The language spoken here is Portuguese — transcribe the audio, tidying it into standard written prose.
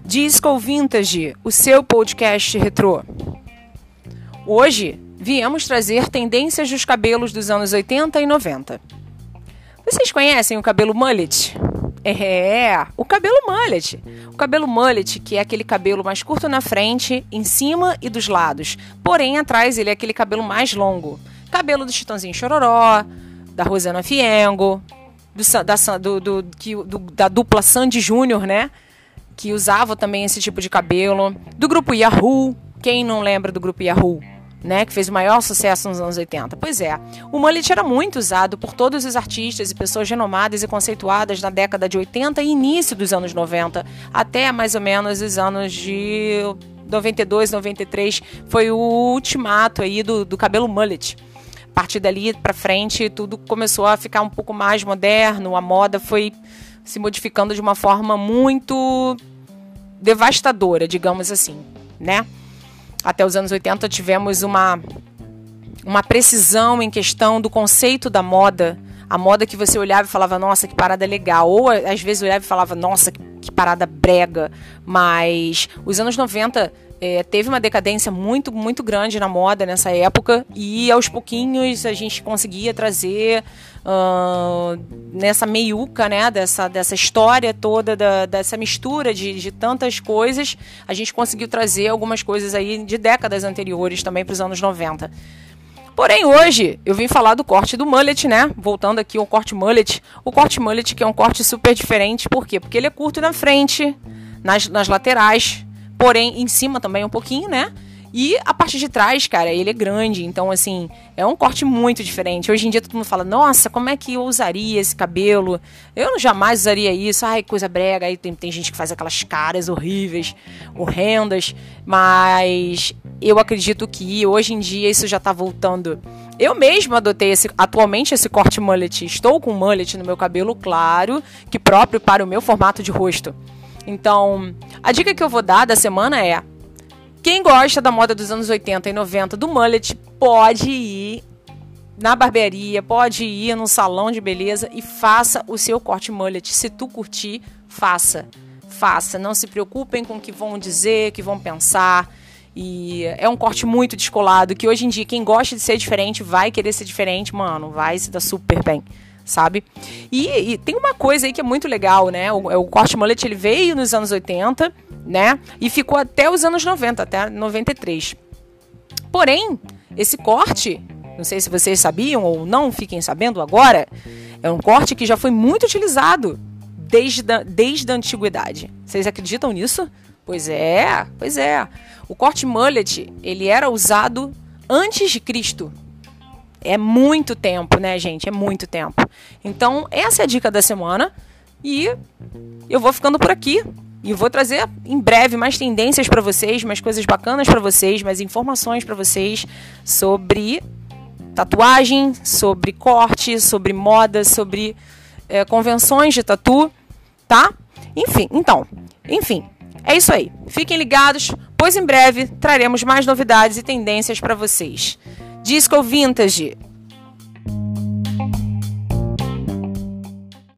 Disco Vintage, o seu podcast retrô. Hoje, viemos trazer tendências dos cabelos dos anos 80 e 90. Vocês conhecem o cabelo mullet? O cabelo mullet. O cabelo mullet, que é aquele cabelo mais curto na frente, em cima e dos lados. Porém, atrás ele é aquele cabelo mais longo. Cabelo do Chitãozinho Chororó, da Rosana Fiengo, da dupla Sandy Júnior, né? Que usava também esse tipo de cabelo. Do grupo Yahoo. Quem não lembra do grupo Yahoo? Né, que fez o maior sucesso nos anos 80. Pois é, o mullet era muito usado por todos os artistas e pessoas renomadas e conceituadas na década de 80 e início dos anos 90, até mais ou menos os anos de 92, 93, foi o ultimato aí do cabelo mullet. A partir dali para frente, tudo começou a ficar um pouco mais moderno, a moda foi se modificando de uma forma muito devastadora, digamos assim, né? Até os anos 80 tivemos uma precisão em questão do conceito da moda. A moda que você olhava e falava, nossa, que parada legal. Ou às vezes olhava e falava, nossa, que parada brega. Mas os anos 90 teve uma decadência muito, muito grande na moda nessa época. E aos pouquinhos a gente conseguia trazer nessa meiuca, né, dessa história toda, dessa mistura de tantas coisas, a gente conseguiu trazer algumas coisas aí de décadas anteriores também para os anos 90. Porém, hoje, eu vim falar do corte do mullet, né? Voltando aqui ao corte mullet. O corte mullet, que é um corte super diferente. Por quê? Porque ele é curto na frente, nas laterais, porém, em cima também um pouquinho, né? E a parte de trás, cara, ele é grande. Então, assim, é um corte muito diferente. Hoje em dia todo mundo fala, nossa, como é que eu usaria esse cabelo? Eu jamais usaria isso. Ai, coisa brega. Aí tem gente que faz aquelas caras horríveis, horrendas. Mas eu acredito que hoje em dia isso já tá voltando. Eu mesma adotei atualmente esse corte mullet. Estou com mullet no meu cabelo, claro, que próprio para o meu formato de rosto. Então, a dica que eu vou dar da semana é: quem gosta da moda dos anos 80 e 90 do mullet pode ir na barbearia, pode ir num salão de beleza e faça o seu corte mullet. Se tu curtir, faça. Faça. Não se preocupem com o que vão dizer, o que vão pensar. E é um corte muito descolado, que hoje em dia quem gosta de ser diferente vai querer ser diferente, mano, vai se dar super bem, sabe? E tem uma coisa aí que é muito legal, né? O corte mullet, ele veio nos anos 80, né? E ficou até os anos 90, até 93. Porém, esse corte, não sei se vocês sabiam ou não, fiquem sabendo agora, é um corte que já foi muito utilizado desde a antiguidade. Vocês acreditam nisso? Pois é. O corte mullet, ele era usado antes de Cristo. É muito tempo, né, gente? É muito tempo. Então, essa é a dica da semana. E eu vou ficando por aqui. E vou trazer em breve mais tendências para vocês, mais coisas bacanas para vocês, mais informações para vocês sobre tatuagem, sobre corte, sobre moda, sobre convenções de tatu, tá? Enfim, é isso aí. Fiquem ligados, pois em breve traremos mais novidades e tendências para vocês. Disco Vintage.